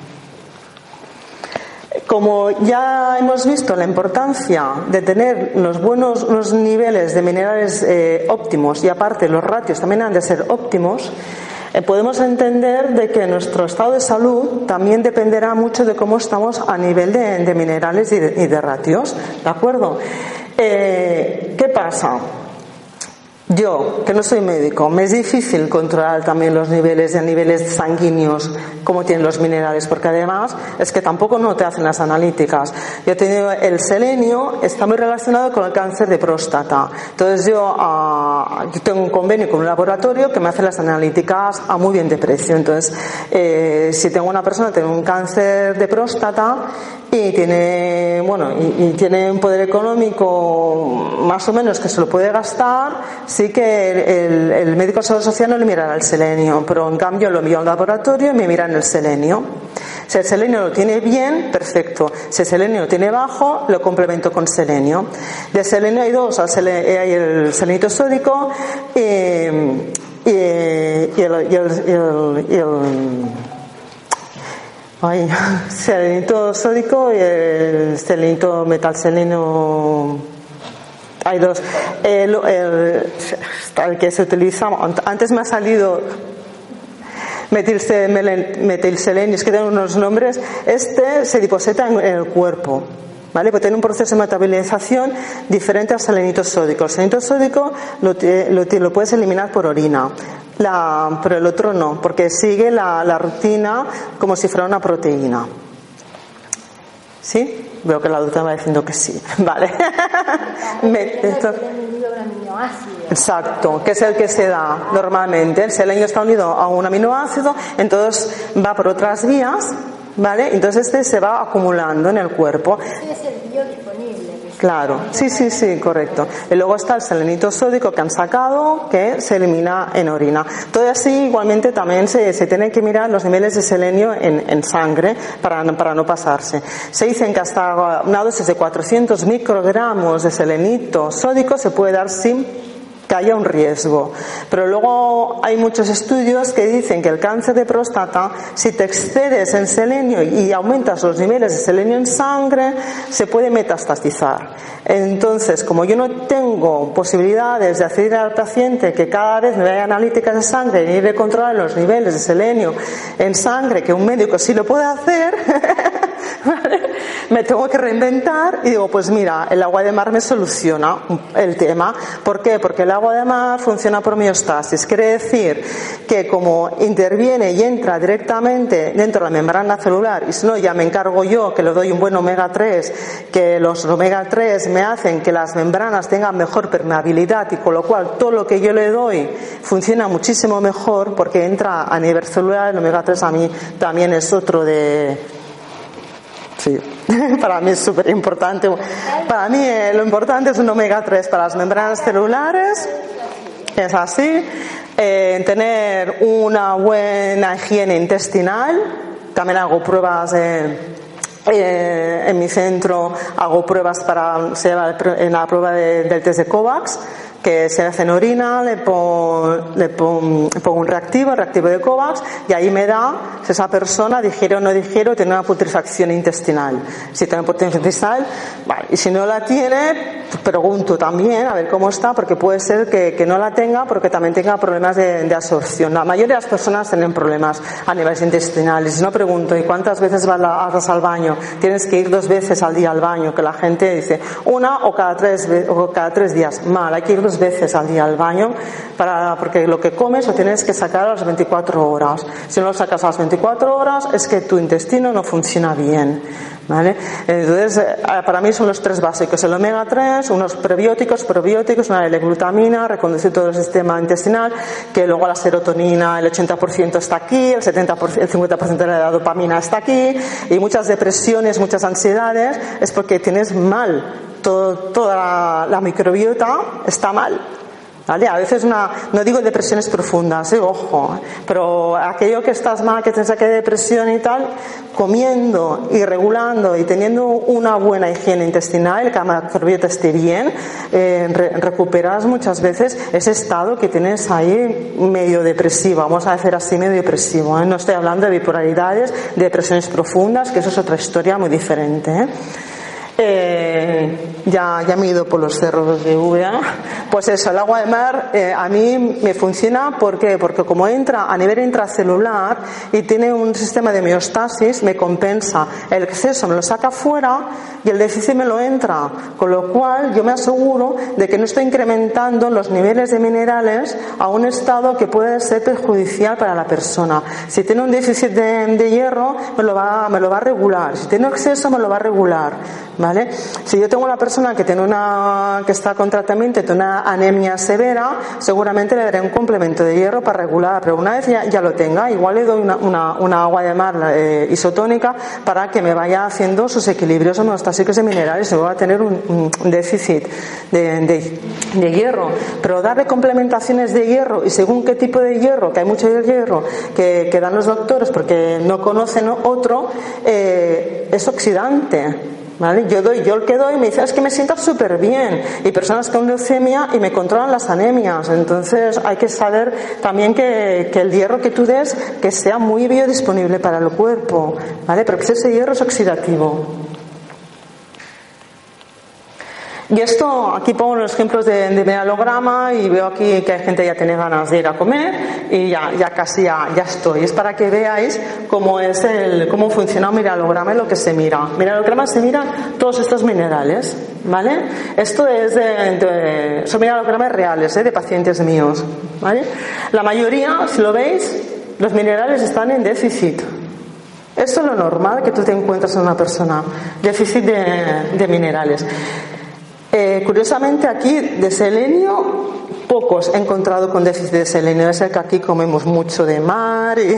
Como ya hemos visto la importancia de tener unos niveles de minerales óptimos y aparte los ratios también han de ser óptimos, podemos entender de que nuestro estado de salud también dependerá mucho de cómo estamos a nivel de minerales y de ratios, ¿de acuerdo? ¿Qué pasa? Yo, que no soy médico, me es difícil controlar también los niveles sanguíneos, como tienen los minerales, porque además es que tampoco no te hacen las analíticas. Yo he tenido el selenio, está muy relacionado con el cáncer de próstata. Entonces yo tengo un convenio con un laboratorio que me hace las analíticas a muy bien de precio. Entonces, si tengo una persona que tiene un cáncer de próstata y tiene un poder económico más o menos que se lo puede gastar, sí que el médico social no le mirará el selenio, pero en cambio lo envío al laboratorio y me miran el selenio. Si el selenio lo tiene bien, perfecto. Si el selenio lo tiene bajo, lo complemento con selenio. De selenio hay dos, hay el selenito sódico y el selenito sódico y el selenito metalseleno. Hay dos. El que se utiliza, antes me ha salido metilselenio, es que tiene unos nombres. Este se deposita en el cuerpo, ¿vale? Pues tiene un proceso de metabolización diferente al selenito sódico. El selenito sódico lo puedes eliminar por orina, pero el otro no, porque sigue la rutina como si fuera una proteína. ¿Sí? Veo que la doctora va diciendo que sí. Vale. Exacto, que es el que se da normalmente. El selenio está unido a un aminoácido, entonces va por otras vías, ¿vale? Entonces este se va acumulando en el cuerpo. Ese es el biodisponible. Claro, sí, correcto. Y luego está el selenito sódico que han sacado, que se elimina en orina. Todo así, igualmente también se tienen que mirar los niveles de selenio en sangre para no pasarse. Se dicen que hasta una dosis de 400 microgramos de selenito sódico se puede dar sin que haya un riesgo. Pero luego hay muchos estudios que dicen que el cáncer de próstata, si te excedes en selenio y aumentas los niveles de selenio en sangre, se puede metastatizar. Entonces, como yo no tengo posibilidades de acceder al paciente que cada vez me vaya analíticas de sangre y ir a controlar los niveles de selenio en sangre, que un médico sí lo puede hacer, ¿vale? Me tengo que reinventar y digo, pues mira, el agua de mar me soluciona el tema. ¿Por qué? Porque el agua de mar funciona por homeostasis. Quiere decir que como interviene y entra directamente dentro de la membrana celular, y si no ya me encargo yo, que le doy un buen omega 3, que los omega 3 me hacen que las membranas tengan mejor permeabilidad y con lo cual todo lo que yo le doy funciona muchísimo mejor porque entra a nivel celular. El omega 3 a mí también es otro de... Sí, para mí es súper importante. Para mí lo importante es un omega 3 para las membranas celulares. Es así. Tener una buena higiene intestinal. También hago pruebas en mi centro. Hago pruebas en la prueba del test de COVAX, que se hace en orina, le pongo un reactivo, el reactivo de COVAX, y ahí me da si esa persona digiere o no digiere o tiene una putrefacción intestinal. Si tiene putrefacción intestinal, vale. Y si no la tiene, pues pregunto también a ver cómo está, porque puede ser que no la tenga, porque también tenga problemas de absorción. La mayoría de las personas tienen problemas a niveles intestinales. Si no pregunto, ¿y cuántas veces vas al baño? Tienes que ir 2 veces al día al baño, que la gente dice una o cada 3 días. Mal, hay que ir 2 2 veces al día al baño, porque lo que comes lo tienes que sacar a las 24 horas. Si no lo sacas a las 24 horas es que tu intestino no funciona bien, ¿vale? Entonces, para mí son los 3 básicos: el omega 3, unos probióticos, una L-glutamina, reconducir todo el sistema intestinal, que luego la serotonina, el 80% está aquí, el 50% de la dopamina está aquí, y muchas depresiones, muchas ansiedades, es porque tienes mal, toda la microbiota está mal. ¿Vale? A veces no digo depresiones profundas, ojo, pero aquello que estás mal, que tienes aquella depresión y tal, comiendo y regulando y teniendo una buena higiene intestinal, el que la microbiota esté bien, recuperas muchas veces ese estado que tienes ahí medio depresivo, vamos a decir así, medio depresivo, ¿eh? No estoy hablando de bipolaridades, de depresiones profundas, que eso es otra historia muy diferente, ¿eh? Ya me he ido por los cerros de Úbeda. Pues eso, el agua de mar a mí me funciona. ¿Por qué? Porque como entra a nivel intracelular y tiene un sistema de homeostasis, me compensa. El exceso me lo saca fuera y el déficit me lo entra, con lo cual yo me aseguro de que no estoy incrementando los niveles de minerales a un estado que puede ser perjudicial para la persona. Si tiene un déficit de hierro, me lo va a regular. Si tiene exceso, me lo va a regular, ¿vale? Si yo tengo una persona que está con tratamiento y tiene una anemia severa, seguramente le daré un complemento de hierro para regular, pero una vez ya lo tenga, igual le doy una agua de mar isotónica para que me vaya haciendo sus equilibrios homeostásicos de minerales, y va a tener un déficit de hierro. Pero darle complementaciones de hierro, y según qué tipo de hierro, que hay mucho hierro que dan los doctores porque no conocen otro, es oxidante, ¿vale? Yo el que doy me dice, es que me siento súper bien, y personas con leucemia y me controlan las anemias. Entonces hay que saber también que el hierro que tú des, que sea muy biodisponible para el cuerpo, ¿vale? Porque ese hierro es oxidativo. Y esto, aquí pongo los ejemplos de mineralograma, y veo aquí que hay gente que ya tiene ganas de ir a comer, y ya casi ya estoy. Es para que veáis cómo funciona un mineralograma y lo que se mira. Mineralograma se miran todos estos minerales, ¿vale? Esto es son mineralogramas reales, de pacientes míos, ¿vale? La mayoría, si lo veis, los minerales están en déficit. Esto es lo normal que tú te encuentras en una persona, déficit de minerales. Curiosamente aquí de selenio pocos he encontrado con déficit de selenio. Es el que aquí comemos mucho de mar y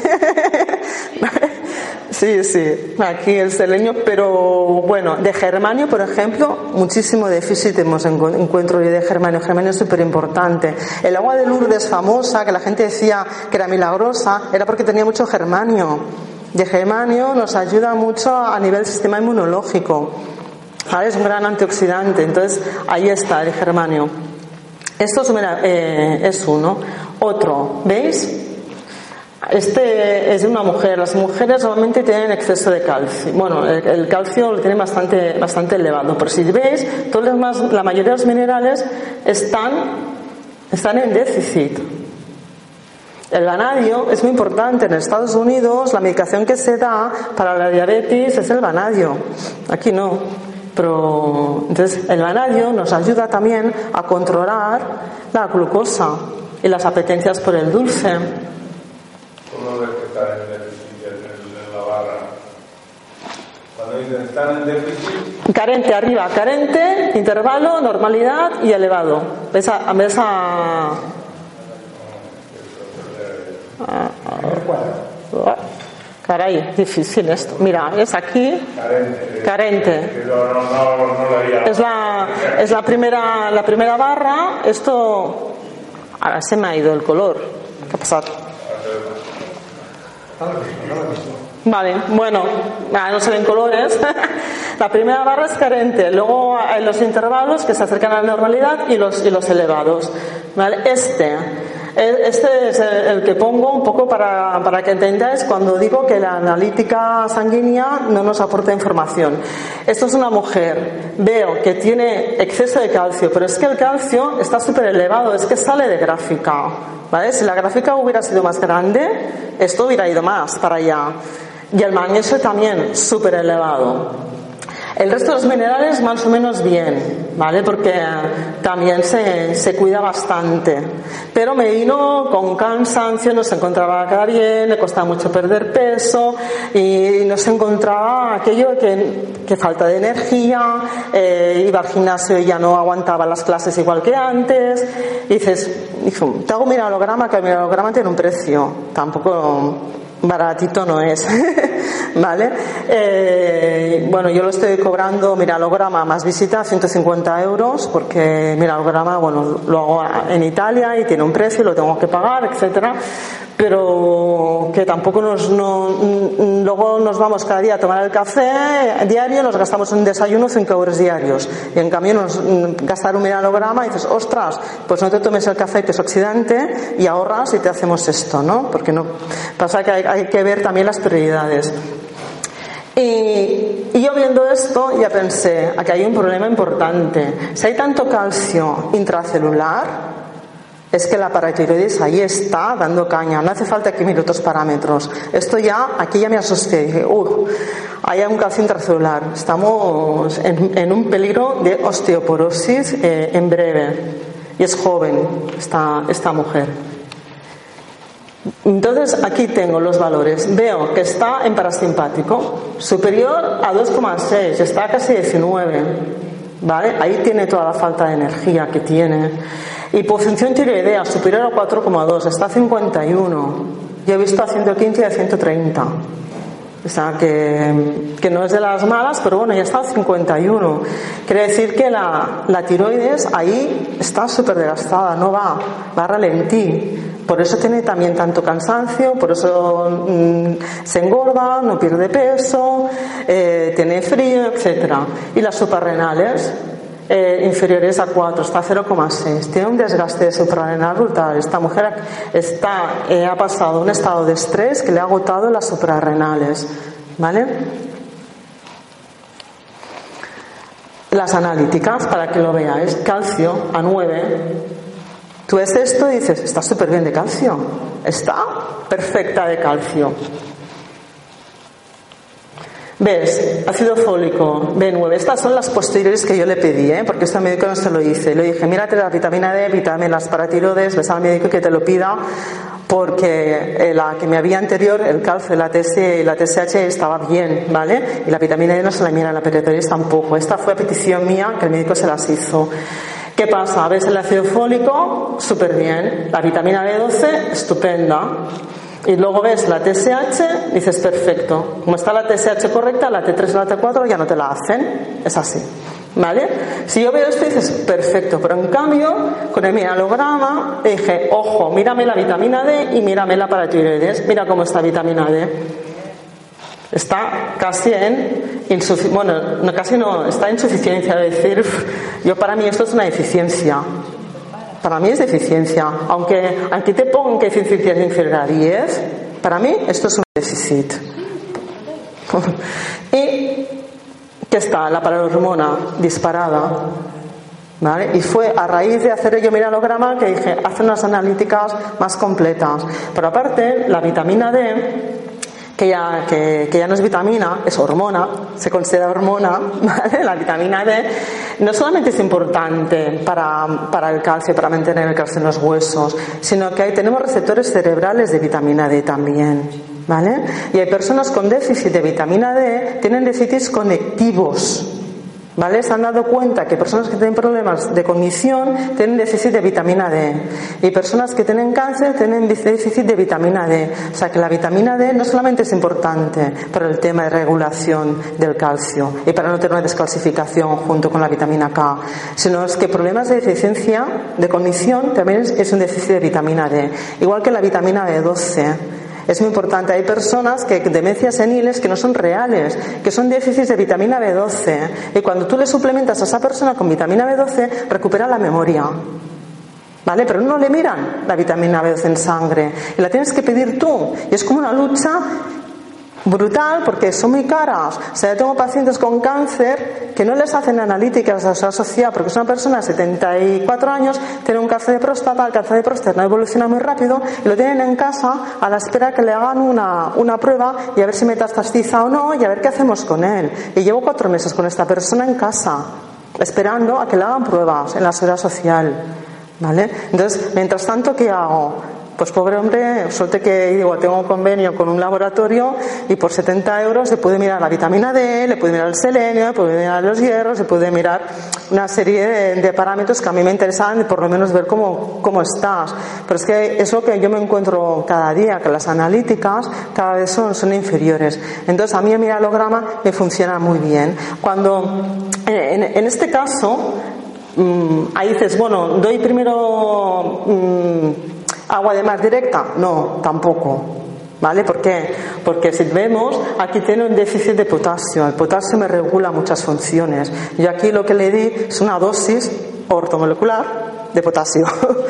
sí, aquí el selenio, pero bueno, de germanio, por ejemplo, muchísimo déficit encuentro de germanio. Germanio es súper importante. El agua de Lourdes famosa, que la gente decía que era milagrosa, era porque tenía mucho germanio. De germanio nos ayuda mucho a nivel del sistema inmunológico. ¿Vale? Es un gran antioxidante. Entonces ahí está el germanio. Esto es uno. Otro, ¿veis? Este es de una mujer. Las mujeres normalmente tienen exceso de calcio. Bueno, el calcio lo tienen bastante elevado. Pero si veis, la mayoría de los minerales están en déficit. El vanadio es muy importante. En Estados Unidos la medicación que se da para la diabetes es el vanadio. Aquí no. Pero entonces el vanadio nos ayuda también a controlar la glucosa y las apetencias por el dulce. ¿Cómo ves que está en déficit en la barra? Cuando dicen están en déficit. Carente arriba, carente, intervalo, normalidad y elevado. ¿Ves Caray, difícil esto. Mira, es aquí. Carente. Es la primera barra. Esto. Ahora se me ha ido el color. ¿Qué ha pasado? Vale, bueno, no se ven colores. La primera barra es carente. Luego hay los intervalos que se acercan a la normalidad y los elevados. ¿Vale? Este es el que pongo un poco para que entendáis cuando digo que la analítica sanguínea no nos aporta información. Esto es una mujer, veo que tiene exceso de calcio, pero es que el calcio está súper elevado, es que sale de gráfica, ¿vale? Si la gráfica hubiera sido más grande, esto hubiera ido más para allá. Y el magnesio también súper elevado. El resto de los minerales más o menos bien, ¿vale? Porque también se cuida bastante. Pero me vino con cansancio, no se encontraba cada bien, le costaba mucho perder peso y no se encontraba aquello que falta de energía, iba al gimnasio y ya no aguantaba las clases igual que antes. Y dices, te hago un mineralograma, que el mineralograma tiene un precio, tampoco baratito no es, ¿vale? Bueno, yo lo estoy cobrando mineralograma más visita 150 €, porque mineralograma, bueno, lo hago en Italia y tiene un precio, lo tengo que pagar, etcétera, pero que tampoco luego nos vamos cada día a tomar el café diario, nos gastamos en desayuno 5 € diarios, y en cambio gastar un mineralograma y dices, ostras, pues no te tomes el café que es oxidante y ahorras y te hacemos esto, ¿no? Porque no pasa que hay que ver también las prioridades. Y yo viendo esto ya pensé, aquí hay un problema importante. Si hay tanto calcio intracelular, es que la paratiroides ahí está dando caña, no hace falta que mire otros parámetros. Esto ya, aquí ya me asusté, dije, hay un calcio intracelular, estamos en un peligro de osteoporosis en breve. Y es joven esta mujer. Entonces aquí tengo los valores, veo que está en parasimpático, superior a 2,6, está casi 19, ¿vale? Ahí tiene toda la falta de energía que tiene. Hipofunción tiroidea, superior a 4,2, está a 51. Yo he visto a 115 y a 130. O sea, que no es de las malas, pero bueno, ya está a 51. Quiere decir que la tiroides ahí está súper desgastada, no va a ralentí. Por eso tiene también tanto cansancio, por eso se engorda, no pierde peso, tiene frío, etcétera. Y las suprarrenales, inferiores a 4, está a 0,6. Tiene un desgaste suprarrenal brutal. Esta mujer ha pasado un estado de estrés que le ha agotado las suprarrenales, ¿vale? Las analíticas, para que lo veáis, calcio a 9. Tú ves esto y dices, está súper bien de calcio, está perfecta de calcio. ¿Ves? Ácido fólico, B9. Estas son las posteriores que yo le pedí, porque este médico no se lo hice. Le dije, mírate la vitamina D, las paratiroides, ves al médico que te lo pida, porque la que me había anterior, el calcio, la TSH estaba bien, ¿vale? Y la vitamina D no se la mira, la paratiroides tampoco. Esta fue a petición mía, que el médico se las hizo. ¿Qué pasa? ¿Ves el ácido fólico? Súper bien. La vitamina B12, estupenda. Y luego ves la TSH, dices perfecto. Como está la TSH correcta, la T3 y la T4 ya no te la hacen. Es así, ¿vale? Si yo veo esto, dices perfecto. Pero en cambio, con el mineralograma, dije, ojo, mírame la vitamina D y mírame la paratiroides. Mira cómo está vitamina D. Está casi en está en insuficiencia. Es decir, para mí esto es una deficiencia. Para mí es deficiencia. Aunque aquí te pongan que es deficiencia inferior a 10, para mí esto es un déficit. Y que está la parahormona disparada, ¿vale? Y fue a raíz de hacer yo mineralograma que dije, haz unas analíticas más completas. Pero aparte, la vitamina D, que ya no es vitamina, es hormona, se considera hormona, ¿vale? La vitamina D no solamente es importante para el calcio, para mantener el calcio en los huesos, sino que ahí tenemos receptores cerebrales de vitamina D también, ¿vale? Y hay personas con déficit de vitamina D, tienen déficits conectivos, ¿vale? Se han dado cuenta que personas que tienen problemas de cognición tienen déficit de vitamina D, y personas que tienen cáncer tienen déficit de vitamina D. O sea que la vitamina D no solamente es importante para el tema de regulación del calcio y para no tener una descalcificación junto con la vitamina K, sino es que problemas de deficiencia de cognición también es un déficit de vitamina D, igual que la vitamina B12. Es muy importante. Hay personas que demencias seniles que no son reales, que son déficits de vitamina B12. Y cuando tú le suplementas a esa persona con vitamina B12, recupera la memoria. ¿Vale? Pero no le miran la vitamina B12 en sangre. Y la tienes que pedir tú. Y es como una lucha brutal porque son muy caras. O sea, yo tengo pacientes con cáncer que no les hacen analíticas de la seguridad social porque es una persona de 74 años, tiene un cáncer de próstata, el cáncer de próstata no evoluciona muy rápido y lo tienen en casa a la espera que le hagan una prueba y a ver si metastasiza o no y a ver qué hacemos con él. Y llevo 4 meses con esta persona en casa esperando a que le hagan pruebas en la seguridad social, ¿vale? Entonces, mientras tanto, ¿qué hago? Pues pobre hombre, suerte que digo, tengo un convenio con un laboratorio y por 70 euros se puede mirar la vitamina D, le puede mirar el selenio, le puede mirar los hierros, se puede mirar una serie de parámetros que a mí me interesan, por lo menos ver cómo estás. Pero es que es lo que yo me encuentro cada día, que las analíticas cada vez son inferiores. Entonces a mí el miralograma me funciona muy bien. Cuando, en este caso, ahí dices, bueno, doy primero agua de mar directa. No, tampoco. ¿Vale? ¿Por qué? Porque si vemos, aquí tiene un déficit de potasio. El potasio me regula muchas funciones. Y aquí lo que le di es una dosis ortomolecular de potasio.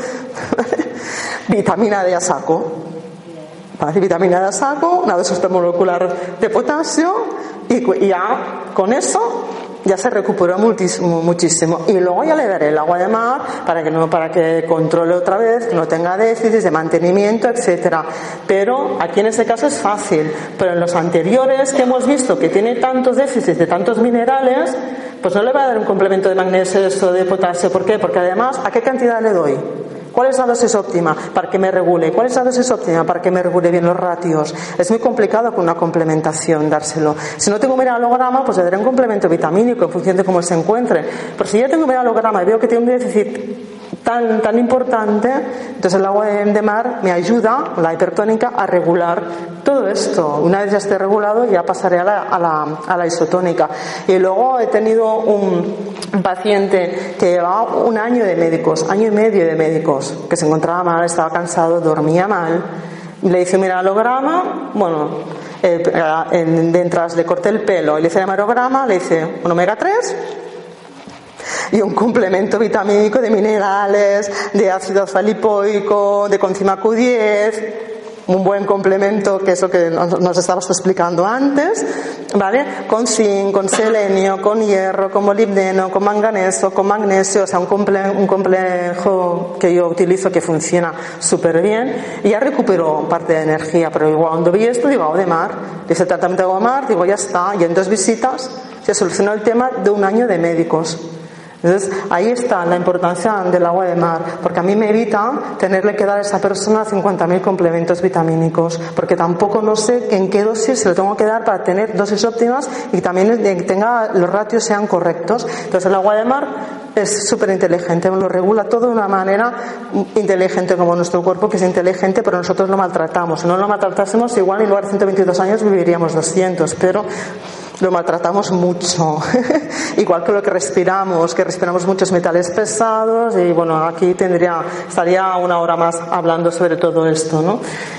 Vitamina D a saco. ¿Vale? Vitamina D a saco, una dosis ortomolecular de potasio y ya con eso ya se recuperó muchísimo. Y luego ya le daré el agua de mar para que controle otra vez, que no tenga déficits de mantenimiento, etcétera. Pero aquí en ese caso es fácil. Pero en los anteriores que hemos visto que tiene tantos déficits de tantos minerales, pues no le va a dar un complemento de magnesio o de potasio. ¿Por qué? Porque además, ¿a qué cantidad le doy? ¿Cuál es la dosis óptima para que me regule? ¿Cuál es la dosis óptima para que me regule bien los ratios? Es muy complicado con una complementación dárselo. Si no tengo un mineralograma, pues le daré un complemento vitamínico en función de cómo se encuentre. Pero si ya tengo un mineralograma y veo que tiene un déficit tan importante, entonces el agua de mar me ayuda, la hipertónica, a regular todo esto. Una vez ya esté regulado, ya pasaré a la isotónica. Y luego he tenido un paciente que llevaba un año y medio de médicos, que se encontraba mal, estaba cansado, dormía mal. Le hice un mineralograma, bueno, mientras le corté el pelo y le hice el mineralograma, le hice un omega 3 y un complemento vitamínico de minerales, de ácido alfa-lipoico, de coenzima Q10, un buen complemento, que es lo que nos estabas explicando antes, ¿vale? Con zinc, con selenio, con hierro, con molibdeno, con manganeso, con magnesio, o sea, un complejo que yo utilizo que funciona súper bien y ya recupero parte de energía. Pero igual cuando vi esto, digo, agua de mar, dice tratamiento de agua de mar, digo, ya está, y en 2 visitas se solucionó el tema de un año de médicos. Entonces, ahí está la importancia del agua de mar, porque a mí me evita tenerle que dar a esa persona 50.000 complementos vitamínicos, porque tampoco no sé en qué dosis se lo tengo que dar para tener dosis óptimas y también los ratios sean correctos. Entonces, el agua de mar es súper inteligente, lo regula todo de una manera inteligente, como nuestro cuerpo, que es inteligente, pero nosotros lo maltratamos. Si no lo maltratásemos, igual en lugar de 122 años viviríamos 200, pero lo maltratamos mucho. Igual que lo que respiramos muchos metales pesados, y bueno, aquí estaría una hora más hablando sobre todo esto, ¿no?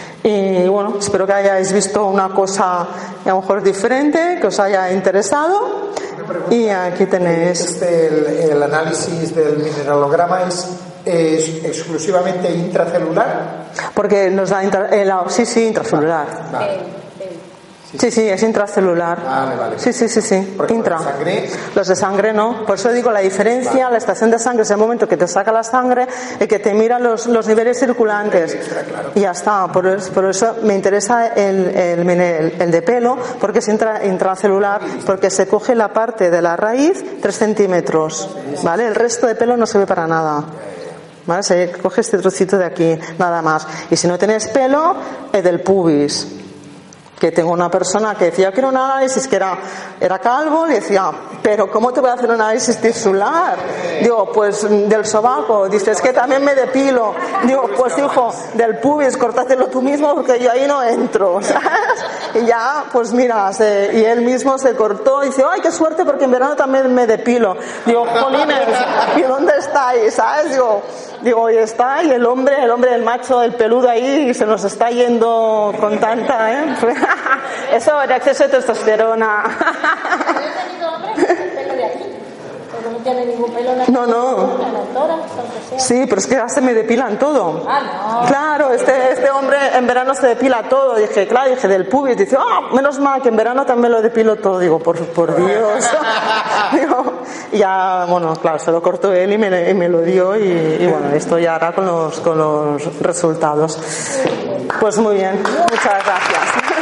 Y bueno, espero que hayáis visto una cosa a lo mejor diferente, que os haya interesado. Y aquí tenéis el análisis del mineralograma es exclusivamente intracelular, porque nos da sí, intracelular. Vale. Sí, es intracelular. Vale. Sí. Intra. Los de sangre no. Por eso digo, la diferencia, la estación de sangre es el momento que te saca la sangre y que te mira los niveles circulantes. Y ya está. Por eso me interesa el de pelo, porque es intracelular, porque se coge la parte de la raíz 3 centímetros. ¿Vale? El resto de pelo no se ve para nada. ¿Vale? Se coge este trocito de aquí, nada más. Y si no tienes pelo, es del pubis. Que tengo una persona que decía que era un análisis, que era calvo, y decía, pero ¿cómo te voy a hacer un análisis tisular? Digo, pues del sobaco. Dice, es que también me depilo. Digo, pues hijo, del pubis, córtatelo tú mismo porque yo ahí no entro, ¿sabes? Y ya, pues mira, y él mismo se cortó y dice, ay, qué suerte porque en verano también me depilo. Digo, jolines, ¿y dónde estáis? ¿Sabes? Digo, y está, y el hombre, el macho, el peludo ahí, se nos está yendo con tanta, Eso era exceso de testosterona. ¿Pero he tenido hombres con pelo de aquí? ¿Pero no tiene ningún pelo en la No. depiladoras, aunque sea? Sí, pero es que ya se me depilan todo. Ah, no. Claro, este hombre en verano se depila todo. Dije, claro, dije del pubis. Dice, menos mal que en verano también lo depilo todo. Digo, por Dios. Digo, ya, bueno, claro, se lo cortó él y me lo dio. Y bueno, esto ya hará con los resultados. Pues muy bien, muchas gracias.